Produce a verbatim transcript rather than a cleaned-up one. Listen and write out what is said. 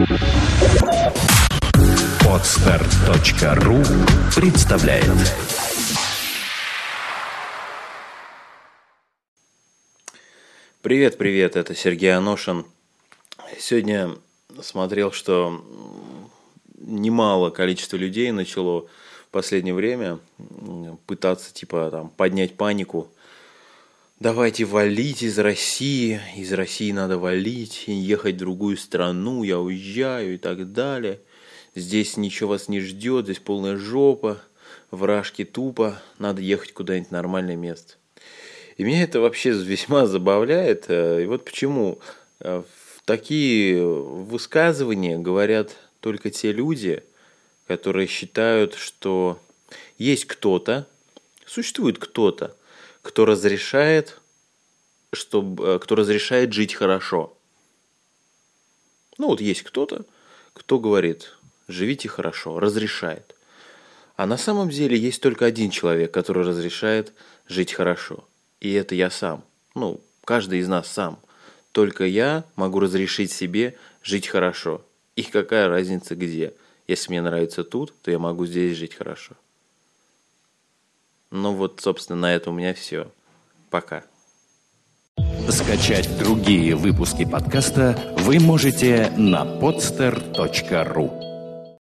Подстер точка ру представляет. Привет, привет, это Сергей Аношин. Сегодня смотрел, что немало количество людей начало в последнее время пытаться типа там поднять панику. Давайте валить из России, из России надо валить, и ехать в другую страну, я уезжаю и так далее. Здесь ничего вас не ждет, здесь полная жопа, вражки тупо, надо ехать куда-нибудь в нормальное место. И меня это вообще весьма забавляет. И вот почему такие высказывания говорят только те люди, которые считают, что есть кто-то, существует кто-то, кто разрешает, чтобы, кто разрешает жить хорошо. Ну вот есть кто-то, кто говорит, живите хорошо, разрешает. А на самом деле есть только один человек, который разрешает жить хорошо. И это я сам. Ну, каждый из нас сам. Только я могу разрешить себе жить хорошо. И какая разница где? Если мне нравится тут, то я могу здесь жить хорошо. Ну вот, собственно, на этом у меня все. Пока. Скачать другие выпуски подкаста вы можете на подстер точка ру.